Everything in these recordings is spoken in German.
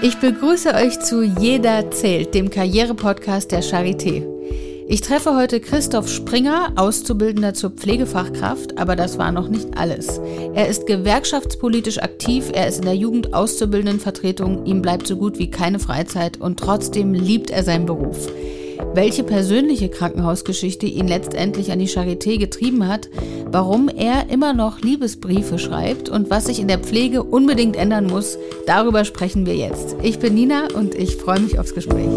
Ich begrüße euch zu Jeder zählt, dem Karriere-Podcast der Charité. Ich treffe heute Christoph Springer, Auszubildender zur Pflegefachkraft, aber das war noch nicht alles. Er ist gewerkschaftspolitisch aktiv, er ist in der Jugendauszubildendenvertretung, ihm bleibt so gut wie keine Freizeit und trotzdem liebt er seinen Beruf. Welche persönliche Krankenhausgeschichte ihn letztendlich an die Charité getrieben hat, warum er immer noch Liebesbriefe schreibt und was sich in der Pflege unbedingt ändern muss, darüber sprechen wir jetzt. Ich bin Nina und ich freue mich aufs Gespräch.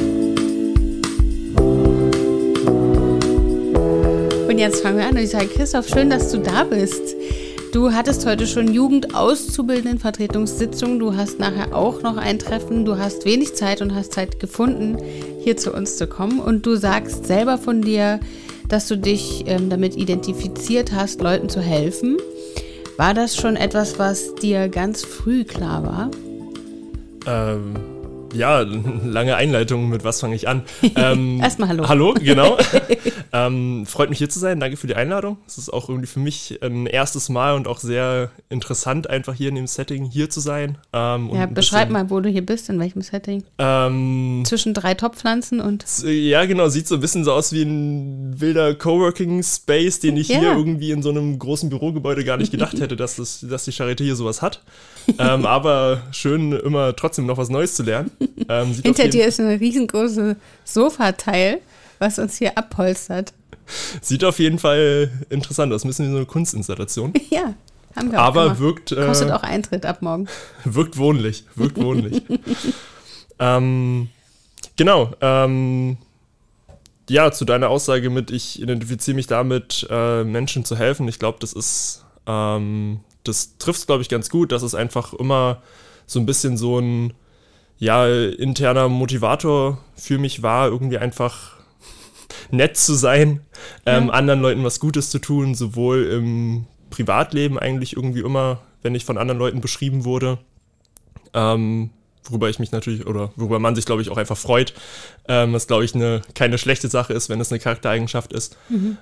Und jetzt fangen wir an und ich sage, Christoph, schön, dass du da bist. Du hattest heute schon Jugendauszubildendenvertretungssitzung, du hast nachher auch noch ein Treffen, du hast wenig Zeit und hast Zeit gefunden, hier zu uns zu kommen. Und du sagst selber von dir, dass du dich damit identifiziert hast, Leuten zu helfen. War das schon etwas, was dir ganz früh klar war? Ja, lange Einleitung, mit was fange ich an? Erstmal hallo. Hallo, genau. Freut mich hier zu sein, danke für die Einladung. Es ist auch irgendwie für mich ein erstes Mal und auch sehr interessant, einfach hier in dem Setting hier zu sein. Beschreib mal, wo du hier bist, in welchem Setting. Zwischen 3 Topfpflanzen und... Ja, genau, sieht so ein bisschen so aus wie ein wilder Coworking-Space, den ich hier irgendwie in so einem großen Bürogebäude gar nicht gedacht hätte, dass die Charité hier sowas hat. Aber schön, immer trotzdem noch was Neues zu lernen. Hinter dir ist ein riesengroßes Sofateil, was uns hier abpolstert. Sieht auf jeden Fall interessant aus. Ein bisschen wie so eine Kunstinstallation. Ja, haben wir auch aber gemacht. Wirkt... Kostet auch Eintritt ab morgen. Wirkt wohnlich. Genau. Ja, zu deiner Aussage mit, ich identifiziere mich damit, Menschen zu helfen. Ich glaube, das trifft es, glaube ich, ganz gut, dass es einfach immer so ein bisschen so ein interner Motivator für mich war, irgendwie einfach nett zu sein, anderen Leuten was Gutes zu tun, sowohl im Privatleben eigentlich irgendwie immer, wenn ich von anderen Leuten beschrieben wurde, worüber ich mich natürlich, oder worüber man sich, glaube ich, auch einfach freut, was, glaube ich, keine schlechte Sache ist, wenn es eine Charaktereigenschaft ist. Mhm.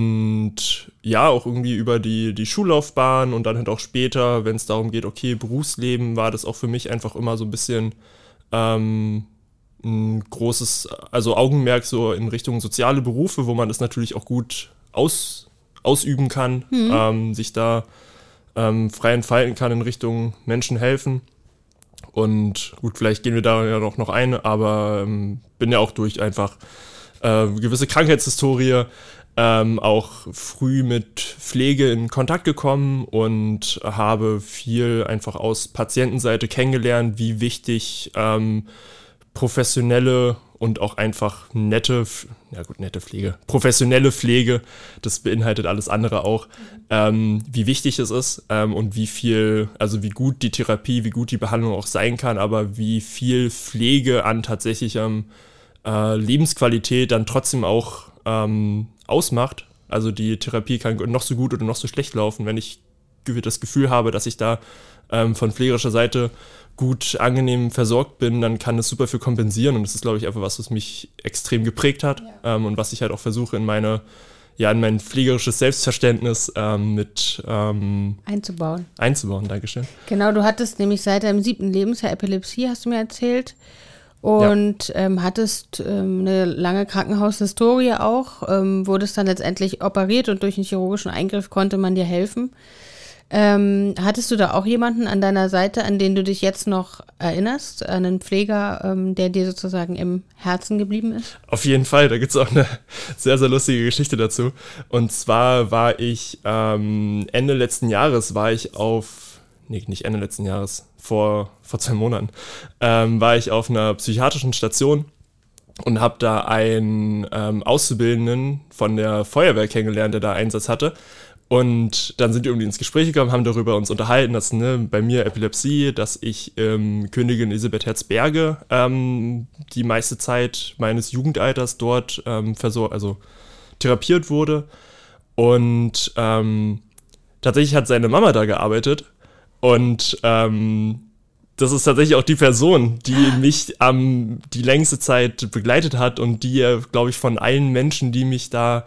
Und ja, auch irgendwie über die Schullaufbahn und dann halt auch später, wenn es darum geht, okay, Berufsleben, war das auch für mich einfach immer so ein bisschen ein großes, also Augenmerk so in Richtung soziale Berufe, wo man das natürlich auch gut ausüben kann, sich da frei entfalten kann in Richtung Menschen helfen. Und gut, vielleicht gehen wir da ja noch ein, aber bin ja auch durch einfach gewisse Krankheitshistorie auch früh mit Pflege in Kontakt gekommen und habe viel einfach aus Patientenseite kennengelernt, wie wichtig professionelle und auch einfach nette Pflege, professionelle Pflege, das beinhaltet alles andere auch, wie wichtig es ist und wie gut die Therapie, wie gut die Behandlung auch sein kann, aber wie viel Pflege an tatsächlichem Lebensqualität dann trotzdem auch ausmacht. Also die Therapie kann noch so gut oder noch so schlecht laufen, wenn ich das Gefühl habe, dass ich da von pflegerischer Seite gut, angenehm versorgt bin, dann kann es super viel kompensieren und das ist, glaube ich, einfach was mich extrem geprägt hat und was ich halt auch versuche in mein pflegerisches Selbstverständnis mit einzubauen. Dankeschön. Genau, du hattest nämlich seit deinem 7. Lebensjahr Epilepsie, hast du mir erzählt, und hattest eine lange Krankenhaushistorie auch, wurdest dann letztendlich operiert und durch einen chirurgischen Eingriff konnte man dir helfen. Hattest du da auch jemanden an deiner Seite, an den du dich jetzt noch erinnerst? Einen Pfleger, der dir sozusagen im Herzen geblieben ist? Auf jeden Fall, da gibt es auch eine sehr, sehr lustige Geschichte dazu. Und zwar war ich Ende letzten Jahres, nicht Ende letzten Jahres, vor 2 Monaten, war ich auf einer psychiatrischen Station und habe da einen Auszubildenden von der Feuerwehr kennengelernt, der da Einsatz hatte. Und dann sind wir irgendwie ins Gespräch gekommen, haben darüber uns unterhalten, dass bei mir Epilepsie, dass ich Königin Elisabeth Herzberge die meiste Zeit meines Jugendalters dort therapiert wurde. Und tatsächlich hat seine Mama da gearbeitet. Und das ist tatsächlich auch die Person, die mich die längste Zeit begleitet hat und die, glaube ich, von allen Menschen, die mich da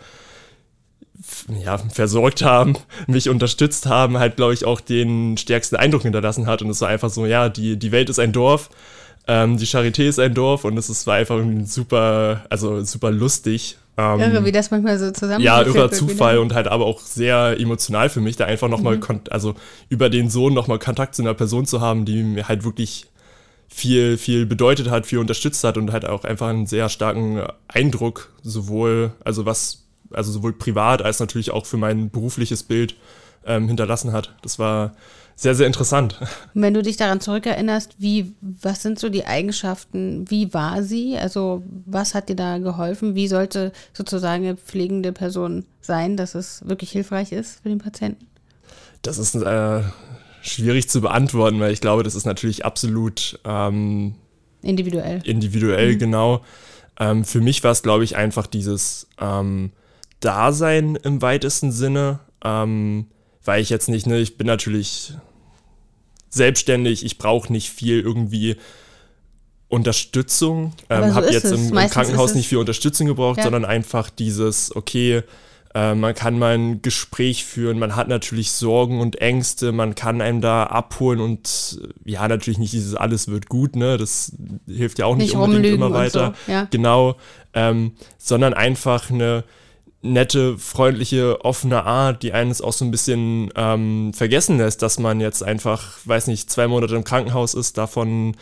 versorgt haben, mich unterstützt haben, halt, glaube ich, auch den stärksten Eindruck hinterlassen hat. Und es war einfach so, die Welt ist ein Dorf. Die Charité ist ein Dorf und war einfach super lustig. Irre, wie das manchmal so zusammenhängt. Ja, irrer Zufall und halt aber auch sehr emotional für mich, da einfach nochmal, über den Sohn nochmal Kontakt zu einer Person zu haben, die mir halt wirklich viel, viel bedeutet hat, viel unterstützt hat und halt auch einfach einen sehr starken Eindruck, sowohl privat als natürlich auch für mein berufliches Bild hinterlassen hat. Das war sehr, sehr interessant. Und wenn du dich daran zurückerinnerst, was sind so die Eigenschaften, wie war sie? Also was hat dir da geholfen? Wie sollte sozusagen eine pflegende Person sein, dass es wirklich hilfreich ist für den Patienten? Das ist schwierig zu beantworten, weil ich glaube, das ist natürlich absolut individuell, genau. Für mich war es, glaube ich, einfach dieses Dasein im weitesten Sinne, weil ich jetzt nicht, ich bin natürlich selbstständig, ich brauche nicht viel irgendwie Unterstützung, habe jetzt im Krankenhaus nicht viel Unterstützung gebraucht, sondern einfach dieses, okay, man kann mal ein Gespräch führen, man hat natürlich Sorgen und Ängste, man kann einem da abholen und ja, natürlich nicht dieses alles wird gut, ne, das hilft ja auch nicht unbedingt immer weiter, so, ja. Genau, sondern einfach eine nette, freundliche, offene Art, die eines auch so ein bisschen vergessen lässt, dass man jetzt einfach, 2 Monate im Krankenhaus ist, davon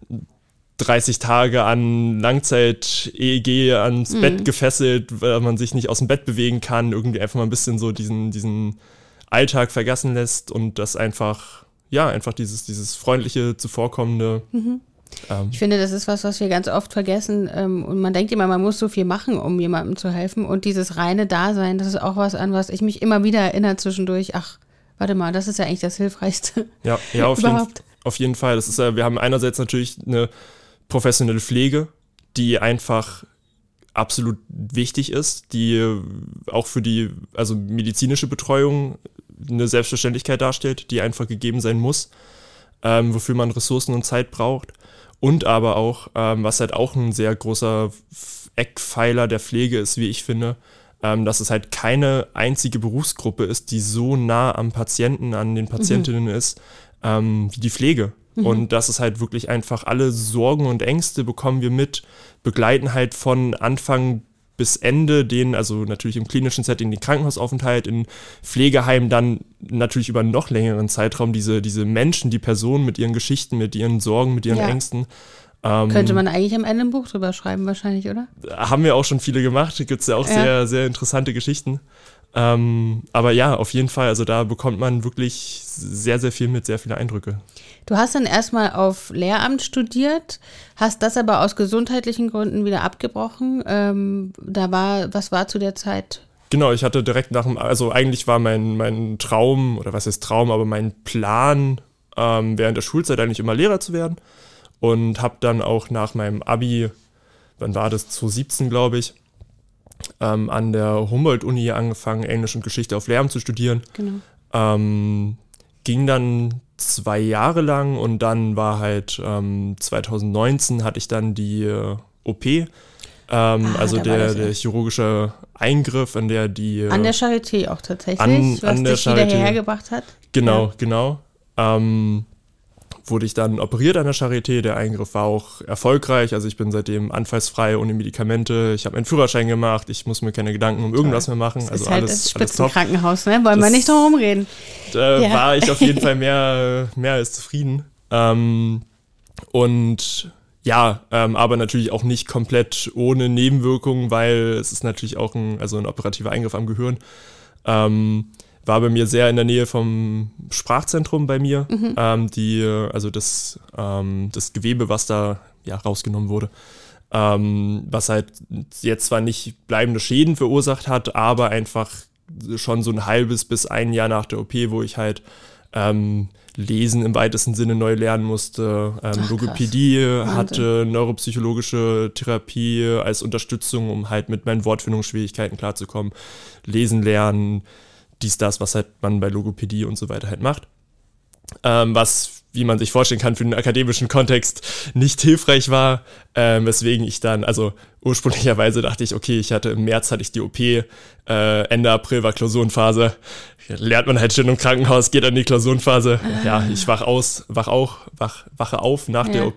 30 Tage an Langzeit-EEG ans Bett gefesselt, weil man sich nicht aus dem Bett bewegen kann, irgendwie einfach mal ein bisschen so diesen Alltag vergessen lässt und das einfach dieses freundliche, zuvorkommende. Ich finde, das ist was wir ganz oft vergessen und man denkt immer, man muss so viel machen, um jemandem zu helfen und dieses reine Dasein, das ist auch was, an was ich mich immer wieder erinnere zwischendurch, ach, warte mal, das ist ja eigentlich das Hilfreichste. Ja, auf jeden Fall. Das ist wir haben einerseits natürlich eine professionelle Pflege, die einfach absolut wichtig ist, die auch für die medizinische Betreuung eine Selbstverständlichkeit darstellt, die einfach gegeben sein muss, wofür man Ressourcen und Zeit braucht. Und aber auch, was halt auch ein sehr großer Eckpfeiler der Pflege ist, wie ich finde, dass es halt keine einzige Berufsgruppe ist, die so nah am Patienten, an den Patientinnen ist, wie die Pflege. Und das ist halt wirklich einfach, alle Sorgen und Ängste bekommen wir mit, begleiten halt von Anfang bis Ende also natürlich im klinischen Setting den Krankenhausaufenthalt, in Pflegeheimen dann natürlich über einen noch längeren Zeitraum diese Menschen, die Personen mit ihren Geschichten, mit ihren Sorgen, mit ihren Ängsten. Könnte man eigentlich am Ende ein Buch drüber schreiben wahrscheinlich, oder? Haben wir auch schon viele gemacht, da gibt es ja auch sehr, sehr interessante Geschichten. Aber ja, auf jeden Fall, also da bekommt man wirklich sehr, sehr viel mit, sehr viele Eindrücke. Du hast dann erstmal auf Lehramt studiert, hast das aber aus gesundheitlichen Gründen wieder abgebrochen. Was war zu der Zeit? Genau, ich hatte direkt eigentlich war mein Traum, oder was heißt Traum, aber mein Plan, während der Schulzeit eigentlich immer Lehrer zu werden. Und habe dann auch nach meinem Abi, wann war das, 2017 glaube ich, an der Humboldt-Uni angefangen, Englisch und Geschichte auf Lehramt zu studieren. Genau. Ging dann 2 Jahre lang und dann war halt 2019 hatte ich dann die OP, der chirurgische Eingriff, an der die... An der Charité auch tatsächlich, was dich wieder hierher gebracht hat. Genau. Wurde ich dann operiert an der Charité. Der Eingriff war auch erfolgreich. Also ich bin seitdem anfallsfrei, ohne Medikamente. Ich habe meinen Führerschein gemacht. Ich muss mir keine Gedanken um irgendwas mehr machen. Das also ist halt alles das Spitzenkrankenhaus, ne? Wollen wir nicht drum rumreden. War ich auf jeden Fall mehr als zufrieden. Aber natürlich auch nicht komplett ohne Nebenwirkungen, weil es ist natürlich auch ein operativer Eingriff am Gehirn. War bei mir sehr in der Nähe vom Sprachzentrum bei mir, das Gewebe, was da rausgenommen wurde, was halt jetzt zwar nicht bleibende Schäden verursacht hat, aber einfach schon so ein halbes bis ein Jahr nach der OP, wo ich halt Lesen im weitesten Sinne neu lernen musste, Logopädie hatte, neuropsychologische Therapie als Unterstützung, um halt mit meinen Wortfindungsschwierigkeiten klarzukommen, lesen lernen, das, was halt man bei Logopädie und so weiter halt macht. Was, wie man sich vorstellen kann, für den akademischen Kontext nicht hilfreich war, weswegen ich dann, ursprünglicherweise dachte ich, okay, im März hatte ich die OP, Ende April war Klausurenphase, lernt man halt schön im Krankenhaus, geht an die Klausurenphase, ich wache auf nach der OP,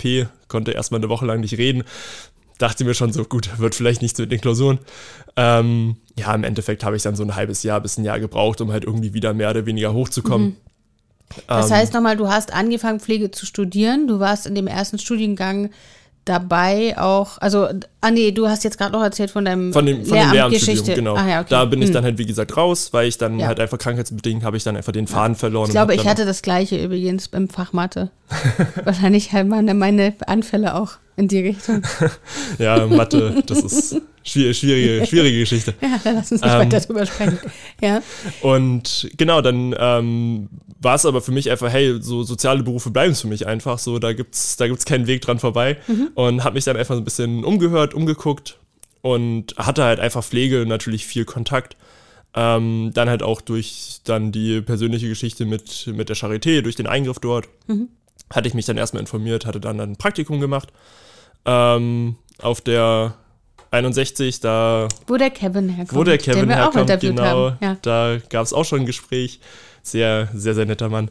konnte erstmal eine Woche lang nicht reden. Dachte mir schon so, gut, wird vielleicht nichts mit den Klausuren. Im Endeffekt habe ich dann so ein halbes Jahr bis ein Jahr gebraucht, um halt irgendwie wieder mehr oder weniger hochzukommen. Das heißt nochmal, du hast angefangen, Pflege zu studieren. Du warst in dem ersten Studiengang dabei auch, du hast jetzt gerade noch erzählt von dem Lehramtsstudium, genau. Okay. Da bin ich dann halt, wie gesagt, raus, weil ich dann halt einfach krankheitsbedingt habe ich dann einfach den Faden verloren. Ich glaube, ich hatte das Gleiche übrigens im Fach Mathe. Wahrscheinlich halt meine Anfälle auch in die Richtung. Ja, Mathe, das ist schwierige Geschichte. Ja, dann lass uns nicht weiter drüber sprechen. Ja. Und genau, dann war es aber für mich einfach, hey, so soziale Berufe bleiben es für mich einfach so, da gibt's keinen Weg dran vorbei. Und habe mich dann einfach so ein bisschen umgeguckt und hatte halt einfach Pflege natürlich viel Kontakt. Dann halt auch durch dann die persönliche Geschichte mit der Charité, durch den Eingriff dort, hatte ich mich dann erstmal informiert, hatte dann ein Praktikum gemacht auf der 61, da wo der Kevin herkommt, den wir auch interviewt haben. Ja. Da gab es auch schon ein Gespräch. Sehr, sehr, sehr netter Mann.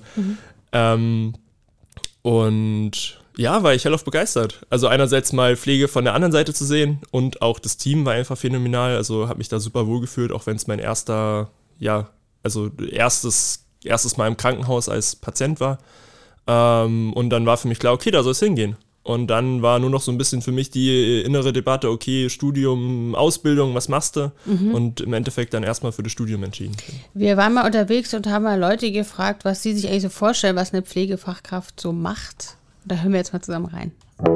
Und ja, war ich hellauf begeistert. Also einerseits mal Pflege von der anderen Seite zu sehen und auch das Team war einfach phänomenal. Also habe mich da super wohl gefühlt, auch wenn es mein erstes Mal im Krankenhaus als Patient war. Und dann war für mich klar, okay, da soll es hingehen. Und dann war nur noch so ein bisschen für mich die innere Debatte, okay, Studium, Ausbildung, was machst du? Und im Endeffekt dann erstmal für das Studium entschieden. Wir waren mal unterwegs und haben mal Leute gefragt, was sie sich eigentlich so vorstellen, was eine Pflegefachkraft so macht. Da hören wir jetzt mal zusammen rein.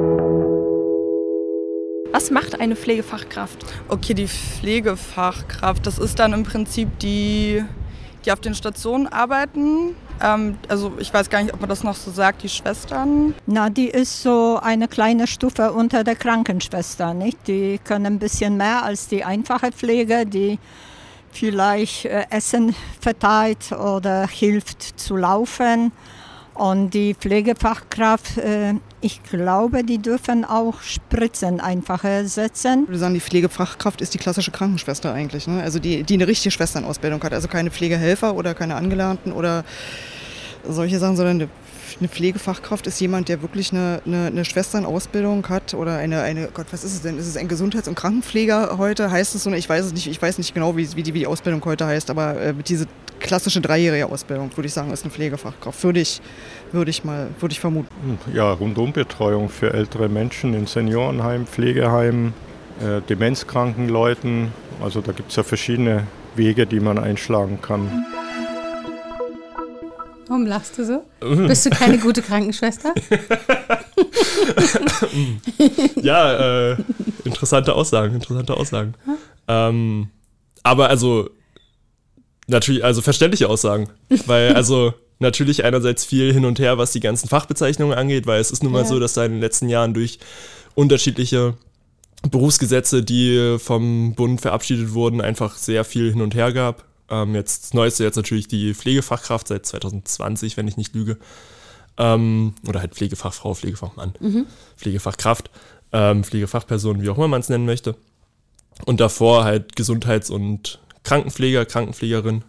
Was macht eine Pflegefachkraft? Okay, die Pflegefachkraft, das ist dann im Prinzip die auf den Stationen arbeiten. Also ich weiß gar nicht, ob man das noch so sagt, die Schwestern. Na, die ist so eine kleine Stufe unter der Krankenschwester, nicht? Die können ein bisschen mehr als die einfache Pflege, die vielleicht Essen verteilt oder hilft zu laufen. Und die Pflegefachkraft, ich glaube, die dürfen auch Spritzen einfach setzen. Ich würde sagen, die Pflegefachkraft ist die klassische Krankenschwester eigentlich, ne? Also die eine richtige Schwesternausbildung hat. Also keine Pflegehelfer oder keine Angelernten oder solche Sachen, sondern eine Pflegefachkraft ist jemand, der wirklich eine Schwesternausbildung hat oder eine Gott, was ist es denn? Ist es ein Gesundheits- und Krankenpfleger heute? Heißt es so? Ich weiß es nicht. Ich weiß nicht genau, wie die Ausbildung heute heißt, aber diese klassische 3-jährige Ausbildung, würde ich sagen, ist eine Pflegefachkraft. Würde ich vermuten. Ja, Rundumbetreuung für ältere Menschen in Seniorenheimen, Pflegeheimen, demenzkranken Leuten. Also da gibt es ja verschiedene Wege, die man einschlagen kann. Warum lachst du so? Bist du keine gute Krankenschwester? Ja, interessante Aussagen. Aber also natürlich, also verständliche Aussagen, weil also natürlich einerseits viel hin und her, was die ganzen Fachbezeichnungen angeht, weil es ist nun mal so, dass da in den letzten Jahren durch unterschiedliche Berufsgesetze, die vom Bund verabschiedet wurden, einfach sehr viel hin und her gab. Das Neueste jetzt natürlich die Pflegefachkraft seit 2020, wenn ich nicht lüge. Oder halt Pflegefachfrau, Pflegefachmann, Pflegefachkraft, Pflegefachperson, wie auch immer man es nennen möchte. Und davor halt Gesundheits- und Krankenpfleger, Krankenpflegerin.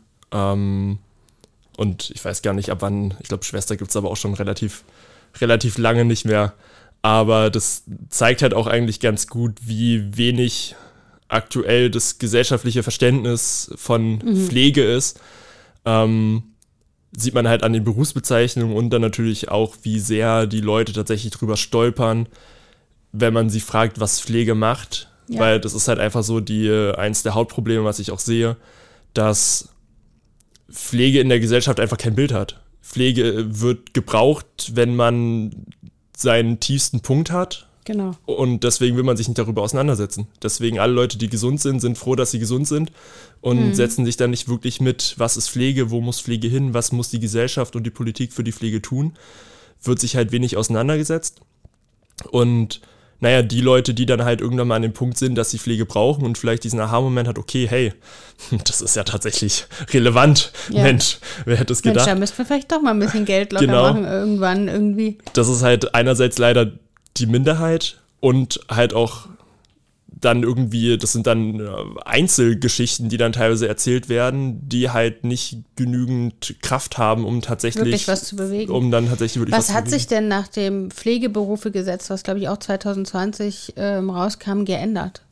Und ich weiß gar nicht, ab wann, ich glaube, Schwester gibt es aber auch schon relativ lange nicht mehr. Aber das zeigt halt auch eigentlich ganz gut, wie wenig aktuell das gesellschaftliche Verständnis von Pflege ist. Sieht man halt an den Berufsbezeichnungen und dann natürlich auch, wie sehr die Leute tatsächlich drüber stolpern, wenn man sie fragt, was Pflege macht. Ja. Weil das ist halt einfach so eins der Hauptprobleme, was ich auch sehe, dass Pflege in der Gesellschaft einfach kein Bild hat. Pflege wird gebraucht, wenn man seinen tiefsten Punkt hat. Genau. Und deswegen will man sich nicht darüber auseinandersetzen. Deswegen alle Leute, die gesund sind froh, dass sie gesund sind und setzen sich dann nicht wirklich mit, was ist Pflege, wo muss Pflege hin, was muss die Gesellschaft und die Politik für die Pflege tun. Wird sich halt wenig auseinandergesetzt. Und naja, die Leute, die dann halt irgendwann mal an dem Punkt sind, dass sie Pflege brauchen und vielleicht diesen Aha-Moment hat, okay, hey, das ist ja tatsächlich relevant. Ja. Mensch, wer hätte es gedacht? Mensch, da müssten wir vielleicht doch mal ein bisschen Geld locker machen irgendwann irgendwie. Das ist halt einerseits leider die Minderheit und halt auch dann irgendwie, das sind dann Einzelgeschichten, die dann teilweise erzählt werden, die halt nicht genügend Kraft haben, um tatsächlich wirklich was zu bewegen. Was hat sich denn nach dem Pflegeberufegesetz, was glaube ich auch 2020 rauskam, geändert?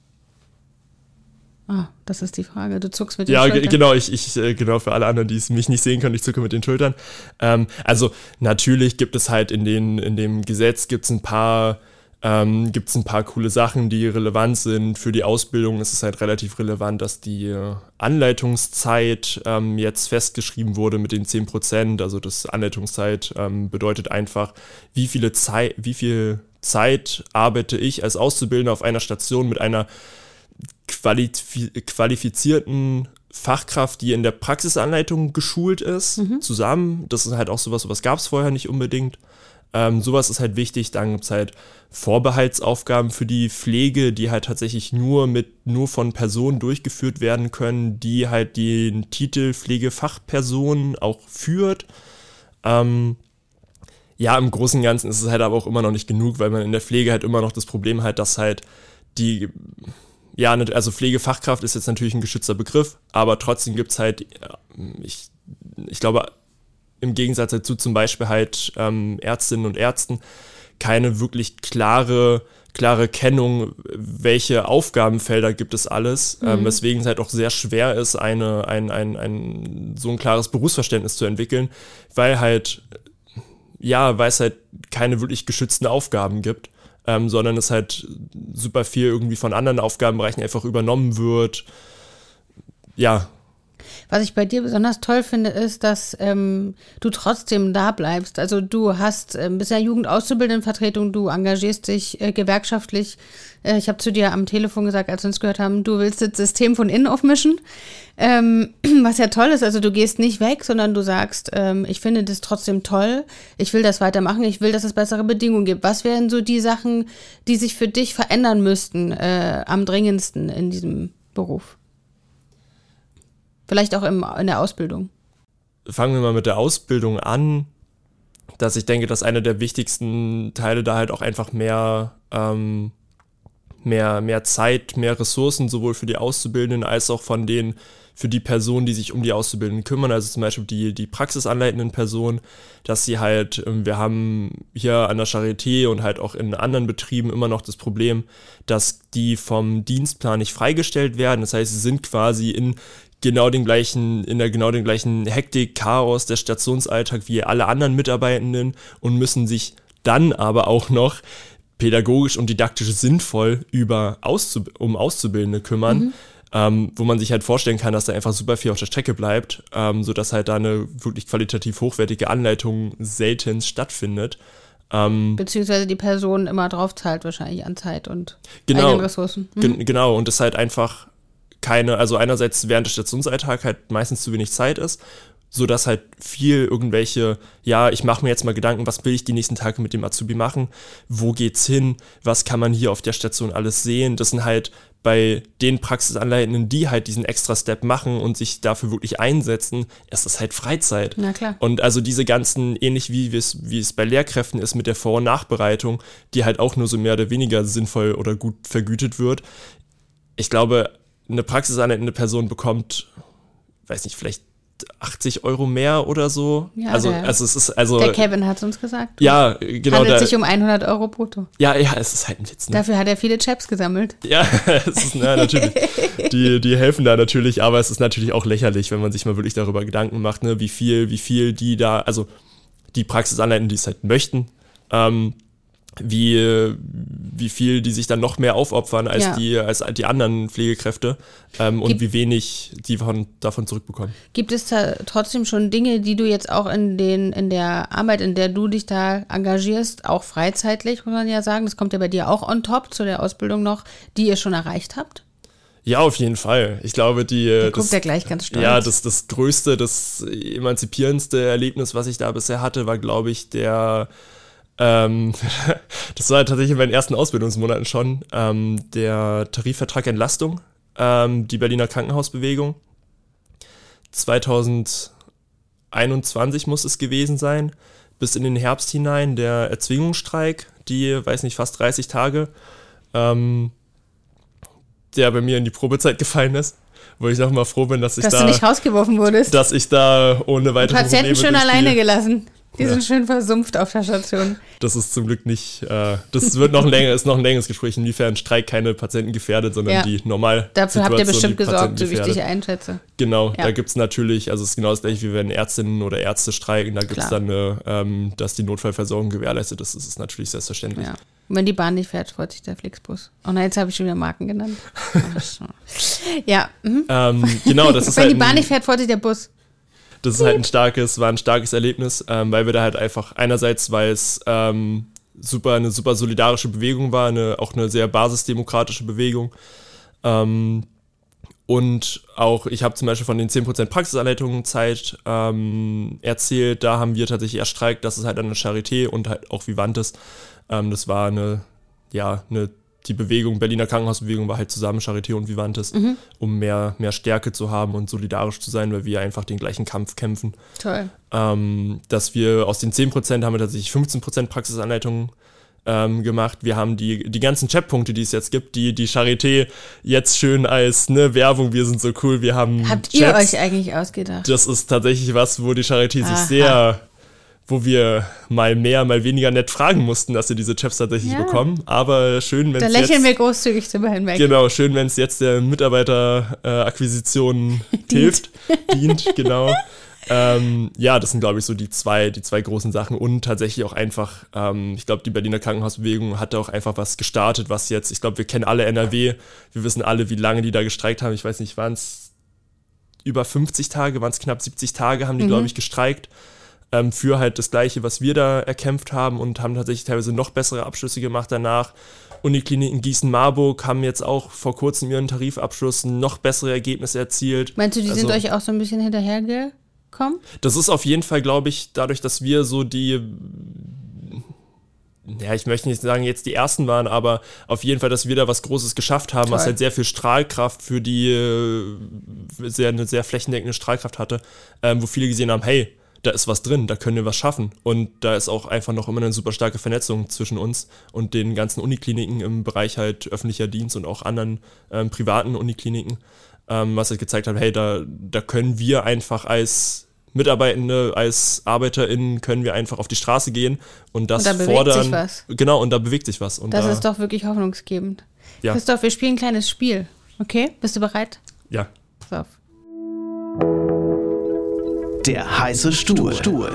Das ist die Frage. Du zuckst mit den Schultern. Ja, genau. Genau, für alle anderen, die es mich nicht sehen können, ich zucke mit den Schultern. Also natürlich gibt es halt in dem Gesetz gibt's ein paar coole Sachen, die relevant sind. Für die Ausbildung ist es halt relativ relevant, dass die Anleitungszeit jetzt festgeschrieben wurde mit den 10%. Also das Anleitungszeit bedeutet einfach, wie viel Zeit arbeite ich als Auszubildender auf einer Station mit einer qualifizierten Fachkraft, die in der Praxisanleitung geschult ist, zusammen. Das ist halt auch sowas gab es vorher nicht unbedingt. Sowas ist halt wichtig. Dann gibt es halt Vorbehaltsaufgaben für die Pflege, die halt tatsächlich nur von Personen durchgeführt werden können, die halt den Titel Pflegefachperson auch führt. Im Großen und Ganzen ist es halt aber auch immer noch nicht genug, weil man in der Pflege halt immer noch das Problem hat, dass halt also Pflegefachkraft ist jetzt natürlich ein geschützter Begriff, aber trotzdem gibt es halt, ich glaube, im Gegensatz dazu zum Beispiel halt Ärztinnen und Ärzten keine wirklich klare Kennung, welche Aufgabenfelder gibt es alles, weswegen es halt auch sehr schwer ist, so ein klares Berufsverständnis zu entwickeln, weil es halt keine wirklich geschützten Aufgaben gibt. Sondern es halt super viel irgendwie von anderen Aufgabenbereichen einfach übernommen wird. Ja. Was ich bei dir besonders toll finde, ist, dass du trotzdem da bleibst. Also du bist ja Jugendauszubildendenvertretung, du engagierst dich gewerkschaftlich. Ich habe zu dir am Telefon gesagt, als wir uns gehört haben, du willst das System von innen aufmischen. Was ja toll ist, also du gehst nicht weg, sondern du sagst, ich finde das trotzdem toll, ich will das weitermachen, ich will, dass es bessere Bedingungen gibt. Was wären so die Sachen, die sich für dich verändern müssten, am dringendsten in diesem Beruf? Vielleicht auch in der Ausbildung. Fangen wir mal mit der Ausbildung an, dass ich denke, dass einer der wichtigsten Teile da halt auch einfach mehr Zeit, mehr Ressourcen sowohl für die Auszubildenden als auch für die Personen, die sich um die Auszubildenden kümmern, also zum Beispiel die praxisanleitenden Personen, dass sie halt, wir haben hier an der Charité und halt auch in anderen Betrieben immer noch das Problem, dass die vom Dienstplan nicht freigestellt werden. Das heißt, sie sind quasi in der genau den gleichen Hektik, Chaos, der Stationsalltag wie alle anderen Mitarbeitenden und müssen sich dann aber auch noch pädagogisch und didaktisch sinnvoll um Auszubildende kümmern, wo man sich halt vorstellen kann, dass da einfach super viel auf der Strecke bleibt, sodass halt da eine wirklich qualitativ hochwertige Anleitung selten stattfindet. Beziehungsweise die Person immer drauf zahlt wahrscheinlich an Zeit und eigenen Ressourcen. Genau, und das halt einfach also einerseits während des Stationsalltags halt meistens zu wenig Zeit ist, sodass halt viel ich mache mir jetzt mal Gedanken, was will ich die nächsten Tage mit dem Azubi machen, wo geht's hin, was kann man hier auf der Station alles sehen, das sind halt bei den Praxisanleitenden, die halt diesen extra Step machen und sich dafür wirklich einsetzen, ist das halt Freizeit. Na klar. Und also diese ganzen, ähnlich wie es bei Lehrkräften ist mit der Vor- und Nachbereitung, die halt auch nur so mehr oder weniger sinnvoll oder gut vergütet wird. Ich glaube, eine praxisanleitende Person bekommt, weiß nicht, vielleicht 80 € mehr oder so. Ja, der Kevin hat es uns gesagt. Ja, genau. Handelt sich um 100 € brutto. Ja, es ist halt ein Witz. Ne? Dafür hat er viele Chaps gesammelt. Ja, es ist natürlich. Die helfen da natürlich, aber es ist natürlich auch lächerlich, wenn man sich mal wirklich darüber Gedanken macht, ne, wie viel die da, also die Praxisanleitenden, die es halt möchten, wie viel die sich dann noch mehr aufopfern als die anderen Pflegekräfte und wie wenig die davon zurückbekommen. Gibt es da trotzdem schon Dinge, die du jetzt auch in der Arbeit, in der du dich da engagierst, auch freizeitlich, muss man ja sagen, das kommt ja bei dir auch on top zu der Ausbildung noch, die ihr schon erreicht habt? Ja, auf jeden Fall. Ich glaube, guckt ja gleich ganz stolz. Ja, das größte, das emanzipierendste Erlebnis, was ich da bisher hatte, war, glaube ich, das war tatsächlich in meinen ersten Ausbildungsmonaten schon, der Tarifvertrag Entlastung, die Berliner Krankenhausbewegung. 2021 muss es gewesen sein, bis in den Herbst hinein, der Erzwingungsstreik, fast 30 Tage. der bei mir in die Probezeit gefallen ist, wo ich nochmal froh bin, dass du nicht rausgeworfen wurdest. Dass ich da ohne weitere Patienten Probleme schön alleine gelassen. Die Ja. sind schön versumpft auf der Station. Das ist zum Glück nicht, das wird noch ein längeres Gespräch, inwiefern Streik keine Patienten gefährdet, sondern die normal. Dafür habt ihr bestimmt die Patienten gesorgt, so wie ich gefährdet. dich einschätze. Genau, Ja. da gibt es natürlich, also es ist genau das gleiche, wie wenn Ärztinnen oder Ärzte streiken, da gibt es Klar. dann, dass die Notfallversorgung gewährleistet ist, das ist natürlich selbstverständlich. Ja. Und wenn die Bahn nicht fährt, freut sich der Flixbus. Oh nein, jetzt habe ich schon wieder Marken genannt. Ach, so. Ja. Genau, das ist Wenn halt die Bahn nicht fährt, freut sich der Bus. Das ist halt ein starkes Erlebnis, weil wir da halt einfach einerseits, weil es eine super solidarische Bewegung war, auch eine sehr basisdemokratische Bewegung. Und auch, ich habe zum Beispiel von den 10% Praxisanleitungen Zeit erzählt, da haben wir tatsächlich erstreikt, das ist halt an der Charité und halt auch Vivantes. Das war die Bewegung, Berliner Krankenhausbewegung war halt zusammen Charité und Vivantes, um mehr Stärke zu haben und solidarisch zu sein, weil wir einfach den gleichen Kampf kämpfen. Toll. Dass wir aus den 10% haben wir tatsächlich 15% Praxisanleitungen gemacht. Wir haben die ganzen Chatpunkte, die es jetzt gibt, die Charité jetzt schön als Werbung, wir sind so cool, wir haben Habt Chats. ihr euch eigentlich ausgedacht? Das ist tatsächlich was, wo die Charité Aha. sich wo wir mal mehr, mal weniger nett fragen mussten, dass wir diese Chats tatsächlich bekommen. Aber schön, wenn Da es lächeln wir jetzt... großzügig drüber hinweg. Genau, schön, wenn es jetzt der Mitarbeiterakquisition dient, genau. Das sind, glaube ich, so die zwei großen Sachen und tatsächlich auch einfach, ich glaube, die Berliner Krankenhausbewegung hatte auch einfach was gestartet, was jetzt, ich glaube, wir kennen alle NRW, wir wissen alle, wie lange die da gestreikt haben. Ich weiß nicht, waren es über 50 Tage, waren es knapp 70 Tage, haben die, glaube ich, gestreikt. Für halt das Gleiche, was wir da erkämpft haben und haben tatsächlich teilweise noch bessere Abschlüsse gemacht danach. Unikliniken Gießen-Marburg haben jetzt auch vor kurzem ihren Tarifabschluss noch bessere Ergebnisse erzielt. Meinst du, die sind euch auch so ein bisschen hinterhergekommen? Das ist auf jeden Fall, glaube ich, dadurch, dass wir so ich möchte nicht sagen, jetzt die Ersten waren, aber auf jeden Fall, dass wir da was Großes geschafft haben, was halt sehr viel Strahlkraft für eine sehr flächendeckende Strahlkraft hatte, wo viele gesehen haben, hey, da ist was drin, da können wir was schaffen. Und da ist auch einfach noch immer eine super starke Vernetzung zwischen uns und den ganzen Unikliniken im Bereich halt öffentlicher Dienst und auch anderen privaten Unikliniken, was halt gezeigt hat, hey, da können wir einfach als Mitarbeitende, als ArbeiterInnen können wir einfach auf die Straße gehen und das und da fordern. Bewegt sich was. Genau, und da bewegt sich was. Und das ist doch wirklich hoffnungsgebend. Ja. Christoph, wir spielen ein kleines Spiel. Okay? Bist du bereit? Ja. Pass auf. Der heiße Stuhl.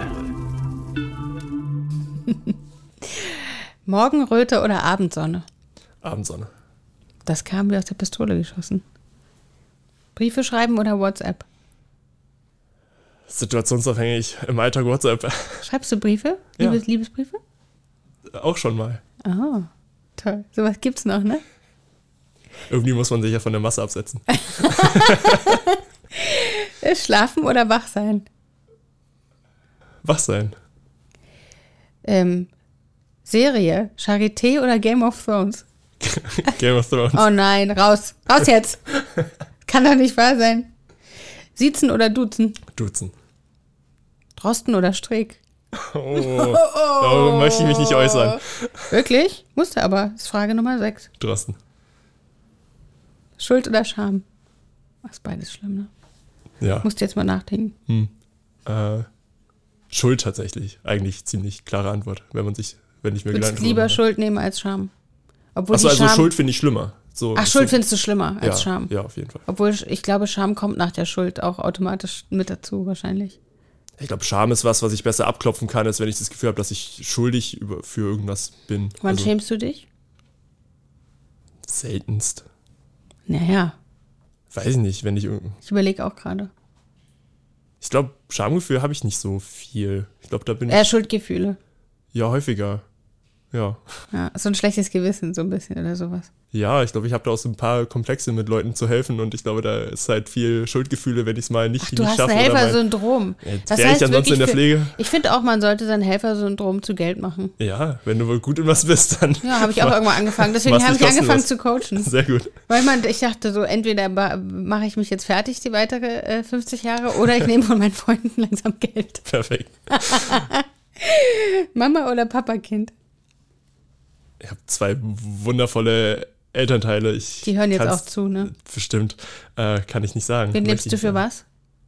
Morgenröte oder Abendsonne? Abendsonne. Das kam wie aus der Pistole geschossen. Briefe schreiben oder WhatsApp? Situationsabhängig im Alltag WhatsApp. Schreibst du Briefe? Ja. Liebesbriefe? Auch schon mal. Oh, toll. Sowas gibt's noch, ne? Irgendwie muss man sich ja von der Masse absetzen. Schlafen oder wach sein? Wach sein. Serie, Charité oder Game of Thrones? Game of Thrones. Oh nein, raus. Raus jetzt. Kann doch nicht wahr sein. Siezen oder duzen? Duzen. Drosten oder Streeck? Darüber möchte ich mich nicht äußern. Wirklich? Musste aber. Das ist Frage Nummer 6. Drosten. Schuld oder Scham? Das ist beides schlimm, ne? Ja. Musst jetzt mal nachdenken. Schuld tatsächlich. Eigentlich ziemlich klare Antwort, wenn ich mir Würdest Gedanken lieber mache. Schuld nehmen als Scham? Obwohl Achso, die also Scham, Schuld finde ich schlimmer. So, Ach, Schuld findest du schlimmer als Scham? Ja, auf jeden Fall. Obwohl ich glaube, Scham kommt nach der Schuld auch automatisch mit dazu wahrscheinlich. Ich glaube, Scham ist was ich besser abklopfen kann, als wenn ich das Gefühl habe, dass ich schuldig für irgendwas bin. Wann schämst du dich? Seltenst. Naja, Weiß ich nicht, wenn ich überlege auch gerade. Ich glaube, Schamgefühl habe ich nicht so viel. Ich glaube, da bin ich Schuldgefühle. ja häufiger. Ja. Ja, so ein schlechtes Gewissen so ein bisschen oder sowas. Ja, ich glaube, ich habe da auch so ein paar Komplexe mit Leuten zu helfen und ich glaube, da ist halt viel Schuldgefühle, wenn ich es mal nicht Du hast schaffe. ein Helfersyndrom. Ja, wäre ich ansonsten in der wirklich Pflege? Ich finde auch, man sollte sein Helfersyndrom zu Geld machen. Ja, wenn du wohl gut in was bist, dann. Ja, habe ich auch irgendwann angefangen. Deswegen Mach's habe ich nicht angefangen kostenlos. zu coachen. Sehr gut. Weil ich dachte so, entweder mache ich mich jetzt fertig die weitere 50 Jahre oder ich nehme von meinen Freunden langsam Geld. Perfekt. Mama oder Papa-Kind? Ich habe zwei wundervolle Elternteile, die hören jetzt auch zu, ne? Bestimmt, kann ich nicht sagen. Wen nimmst du für was?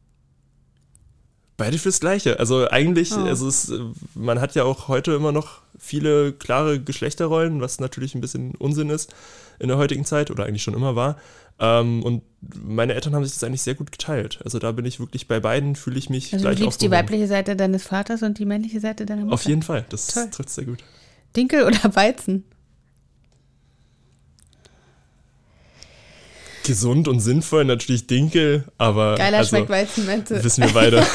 Beide fürs Gleiche. Also eigentlich, man hat ja auch heute immer noch viele klare Geschlechterrollen, was natürlich ein bisschen Unsinn ist in der heutigen Zeit oder eigentlich schon immer war. Und meine Eltern haben sich das eigentlich sehr gut geteilt. Also da bin ich wirklich bei beiden, fühle ich mich gleich aufgehoben. Also du liebst die weibliche Seite deines Vaters und die männliche Seite deiner Mutter? Auf jeden Fall, das trifft sehr gut. Dinkel oder Weizen? Gesund und sinnvoll, natürlich Dinkel, aber geiler schmeckt Weizen, meinst du? Wissen wir beide.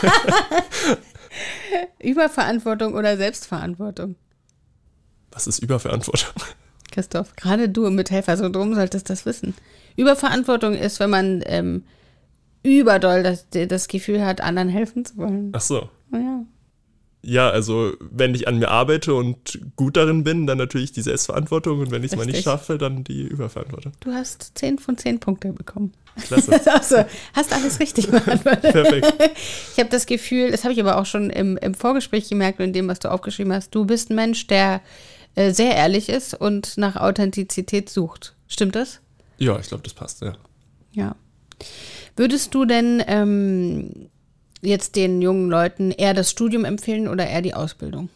Überverantwortung oder Selbstverantwortung? Was ist Überverantwortung? Christoph, gerade du mit Helfersyndrom solltest das wissen. Überverantwortung ist, wenn man überdoll das Gefühl hat, anderen helfen zu wollen. Ach so. Ja. Ja, also wenn ich an mir arbeite und gut darin bin, dann natürlich die Selbstverantwortung und wenn ich es mal nicht schaffe, dann die Überverantwortung. Du hast 10 von 10 Punkte bekommen. Klasse. Also, hast alles richtig beantwortet. Perfekt. Ich habe das Gefühl, das habe ich aber auch schon im Vorgespräch gemerkt und in dem, was du aufgeschrieben hast, du bist ein Mensch, der sehr ehrlich ist und nach Authentizität sucht. Stimmt das? Ja, ich glaube, das passt, ja. Ja. Würdest du denn jetzt den jungen Leuten eher das Studium empfehlen oder eher die Ausbildung?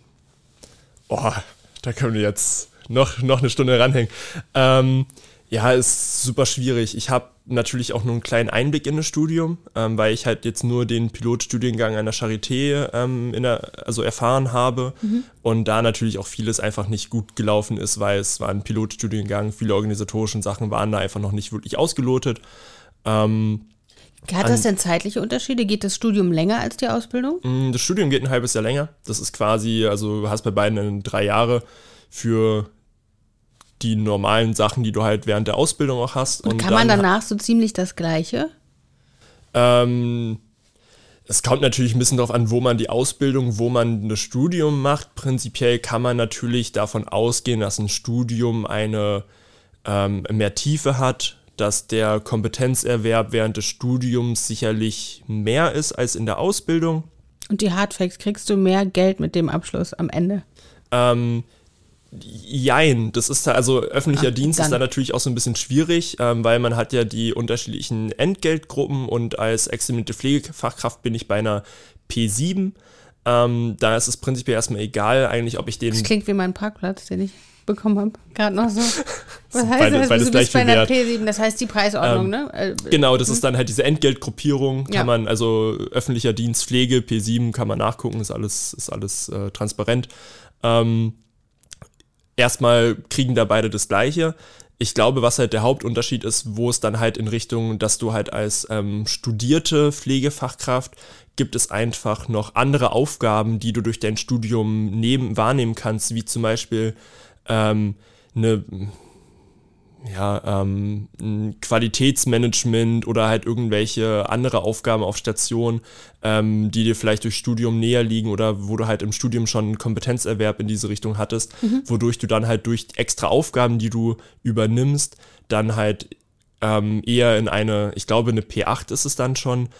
Da können wir jetzt noch eine Stunde ranhängen. Ja, ist super schwierig. Ich habe natürlich auch nur einen kleinen Einblick in das Studium, weil ich halt jetzt nur den Pilotstudiengang an der Charité erfahren habe und da natürlich auch vieles einfach nicht gut gelaufen ist, weil es war ein Pilotstudiengang, viele organisatorische Sachen waren da einfach noch nicht wirklich ausgelotet. Hat das denn zeitliche Unterschiede? Geht das Studium länger als die Ausbildung? Das Studium geht ein halbes Jahr länger. Das ist quasi, also du hast bei beiden 3 Jahre für die normalen Sachen, die du halt während der Ausbildung auch hast. Und kann man danach so ziemlich das Gleiche? Es kommt natürlich ein bisschen darauf an, wo man die Ausbildung, wo man das Studium macht. Prinzipiell kann man natürlich davon ausgehen, dass ein Studium eine mehr Tiefe hat, dass der Kompetenzerwerb während des Studiums sicherlich mehr ist als in der Ausbildung. Und die Hardfacts, kriegst du mehr Geld mit dem Abschluss am Ende? Jein, das ist also öffentlicher Dienst ist da natürlich auch so ein bisschen schwierig, weil man hat ja die unterschiedlichen Entgeltgruppen und als examinierte Pflegefachkraft bin ich bei einer P7. Da ist es prinzipiell erstmal egal eigentlich, ob ich den... Das klingt wie mein Parkplatz, den ich bekommen habe, gerade noch so. Was heißt das? Du bist bei einer P7, das heißt die Preisordnung, ne? Genau, das ist dann halt diese Entgeltgruppierung, kann man, also öffentlicher Dienst, Pflege, P7 kann man nachgucken, ist alles transparent. Erstmal kriegen da beide das Gleiche. Ich glaube, was halt der Hauptunterschied ist, wo es dann halt in Richtung, dass du halt als studierte Pflegefachkraft gibt es einfach noch andere Aufgaben, die du durch dein Studium wahrnehmen kannst, wie zum Beispiel ein Qualitätsmanagement oder halt irgendwelche andere Aufgaben auf Station, die dir vielleicht durch Studium näher liegen oder wo du halt im Studium schon einen Kompetenzerwerb in diese Richtung hattest, wodurch du dann halt durch extra Aufgaben, die du übernimmst, dann halt eher in eine P8 ist es dann schon.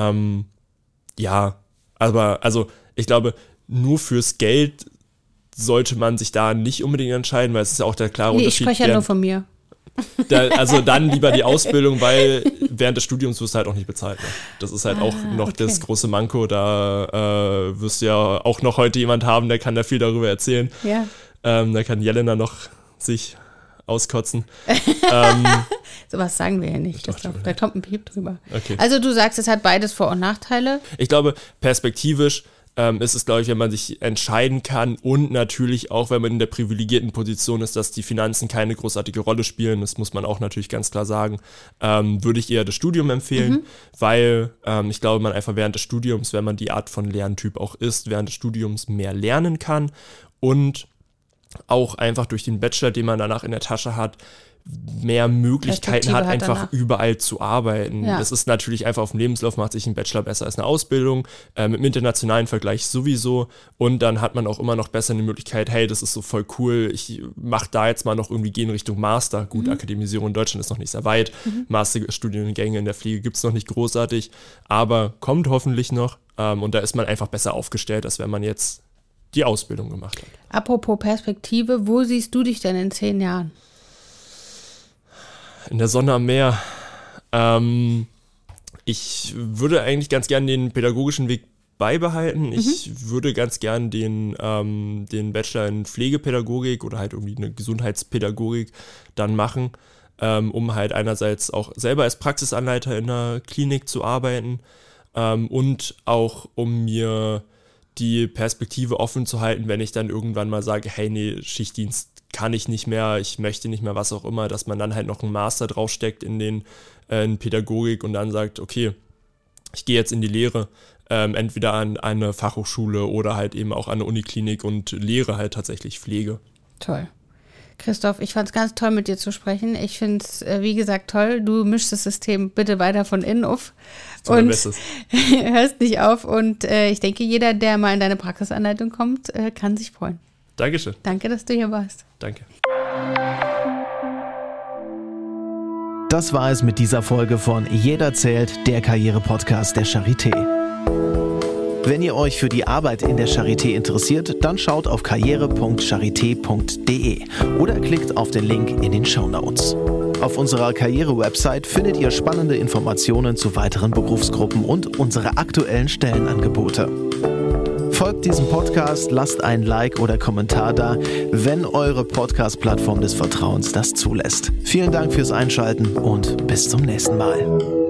Aber also ich glaube, nur fürs Geld sollte man sich da nicht unbedingt entscheiden, weil es ist ja auch der klare Unterschied. Ich spreche ja nur von mir. Also dann lieber die Ausbildung, weil während des Studiums wirst du halt auch nicht bezahlt. Ne? Das ist halt auch noch das große Manko. Da wirst du ja auch noch heute jemand haben, der kann da viel darüber erzählen. Ja. Da kann Jelena noch sich auskotzen. Sowas sagen wir ja nicht. Da kommt ein Piep drüber. Okay. Also du sagst, es hat beides Vor- und Nachteile. Ich glaube, perspektivisch ist es, glaube ich, wenn man sich entscheiden kann und natürlich auch, wenn man in der privilegierten Position ist, dass die Finanzen keine großartige Rolle spielen, das muss man auch natürlich ganz klar sagen, würde ich eher das Studium empfehlen, weil ich glaube, man einfach während des Studiums, wenn man die Art von Lerntyp auch ist, während des Studiums mehr lernen kann und auch einfach durch den Bachelor, den man danach in der Tasche hat, mehr Möglichkeiten hat, einfach überall zu arbeiten. Ja. Das ist natürlich einfach auf dem Lebenslauf, macht sich ein Bachelor besser als eine Ausbildung, mit dem internationalen Vergleich sowieso und dann hat man auch immer noch besser die Möglichkeit, hey, das ist so voll cool, ich mache da jetzt mal noch irgendwie, gehen Richtung Master. Gut, Akademisierung in Deutschland ist noch nicht sehr weit, Masterstudiengänge in der Pflege gibt es noch nicht großartig, aber kommt hoffentlich noch und da ist man einfach besser aufgestellt, als wenn man jetzt die Ausbildung gemacht hat. Apropos Perspektive, wo siehst du dich denn in 10 Jahren? In der Sonne am Meer. Ich würde eigentlich ganz gern den pädagogischen Weg beibehalten. Ich würde ganz gern den Bachelor in Pflegepädagogik oder halt irgendwie eine Gesundheitspädagogik dann machen, um halt einerseits auch selber als Praxisanleiter in einer Klinik zu arbeiten und auch um mir die Perspektive offen zu halten, wenn ich dann irgendwann mal sage, hey, nee, Schichtdienst kann ich nicht mehr, ich möchte nicht mehr, was auch immer, dass man dann halt noch einen Master draufsteckt in Pädagogik und dann sagt, okay, ich gehe jetzt in die Lehre, entweder an eine Fachhochschule oder halt eben auch an eine Uniklinik und lehre halt tatsächlich Pflege. Toll. Christoph, ich fand es ganz toll, mit dir zu sprechen. Ich finde es, wie gesagt, toll. Du mischst das System bitte weiter von innen auf und hörst nicht auf. Und ich denke, jeder, der mal in deine Praxisanleitung kommt, kann sich freuen. Dankeschön. Danke, dass du hier warst. Danke. Das war es mit dieser Folge von Jeder zählt, der Karriere-Podcast der Charité. Wenn ihr euch für die Arbeit in der Charité interessiert, dann schaut auf karriere.charité.de oder klickt auf den Link in den Shownotes. Auf unserer Karriere-Website findet ihr spannende Informationen zu weiteren Berufsgruppen und unsere aktuellen Stellenangebote. Folgt diesem Podcast, lasst ein Like oder Kommentar da, wenn eure Podcast-Plattform des Vertrauens das zulässt. Vielen Dank fürs Einschalten und bis zum nächsten Mal.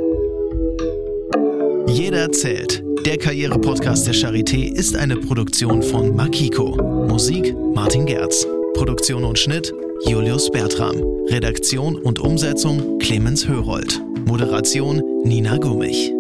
Jeder zählt. Der Karriere-Podcast der Charité ist eine Produktion von Makiko. Musik Martin Gerz. Produktion und Schnitt Julius Bertram. Redaktion und Umsetzung Clemens Hörold. Moderation Nina Gummich.